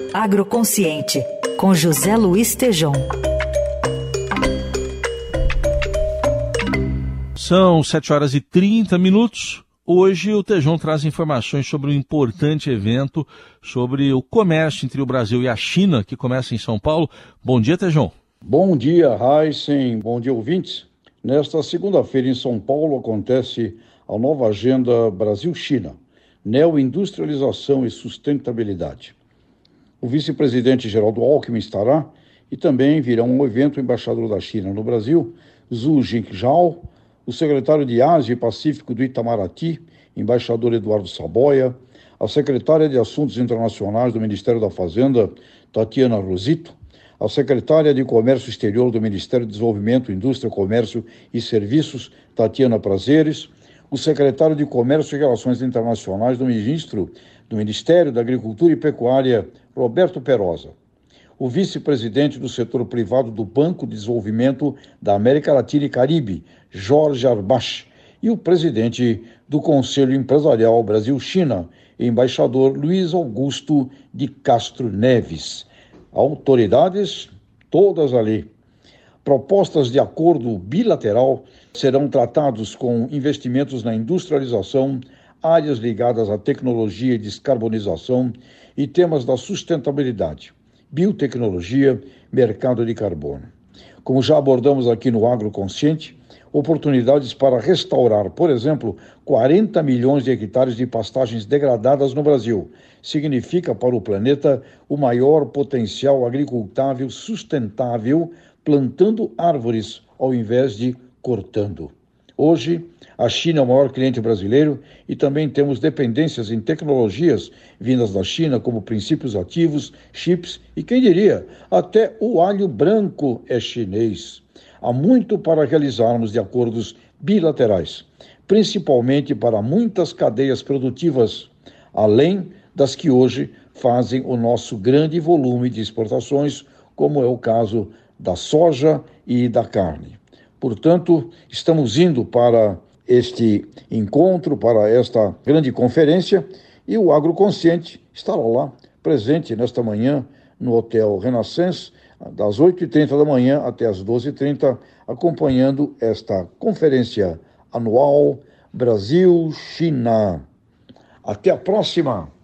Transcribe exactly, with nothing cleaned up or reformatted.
Agroconsciente, com José Luiz Tejom. São sete horas e trinta minutos. Hoje o Tejom traz informações sobre um importante evento sobre o comércio entre o Brasil e a China, que começa em São Paulo. Bom dia, Tejom. Bom dia, Heisen. Bom dia, ouvintes. Nesta segunda-feira em São Paulo acontece a nova agenda Brasil-China, Neoindustrialização e Sustentabilidade. O vice-presidente Geraldo Alckmin estará e também virão ao evento o embaixador da China no Brasil, Zhu Jingzhao, o secretário de Ásia e Pacífico do Itamaraty, embaixador Eduardo Saboia, a secretária de Assuntos Internacionais do Ministério da Fazenda, Tatiana Rosito, a secretária de Comércio Exterior do Ministério do Desenvolvimento, Indústria, Comércio e Serviços, Tatiana Prazeres, o secretário de Comércio e Relações Internacionais do Ministro do Ministério da Agricultura e Pecuária, Roberto Perosa, o vice-presidente do setor privado do Banco de Desenvolvimento da América Latina e Caribe, Jorge Arbach, e o presidente do Conselho Empresarial Brasil-China, embaixador Luiz Augusto de Castro Neves. Autoridades, todas ali. Propostas de acordo bilateral serão tratados com investimentos na industrialização, áreas ligadas à tecnologia e descarbonização e temas da sustentabilidade, biotecnologia, mercado de carbono. Como já abordamos aqui no Agroconsciente, oportunidades para restaurar, por exemplo, quarenta milhões de hectares de pastagens degradadas no Brasil. Significa para o planeta o maior potencial agricultável sustentável, plantando árvores ao invés de cortando. Hoje, a China é o maior cliente brasileiro e também temos dependências em tecnologias vindas da China, como princípios ativos, chips e, quem diria, até o alho branco é chinês. Há muito para realizarmos de acordos bilaterais, principalmente para muitas cadeias produtivas, além das que hoje fazem o nosso grande volume de exportações, como é o caso da soja e da carne. Portanto, estamos indo para este encontro, para esta grande conferência, e o Agroconsciente estará lá, presente nesta manhã, no Hotel Renaissance, das oito e trinta da manhã até as doze e trinta, acompanhando esta conferência anual Brasil-China. Até a próxima!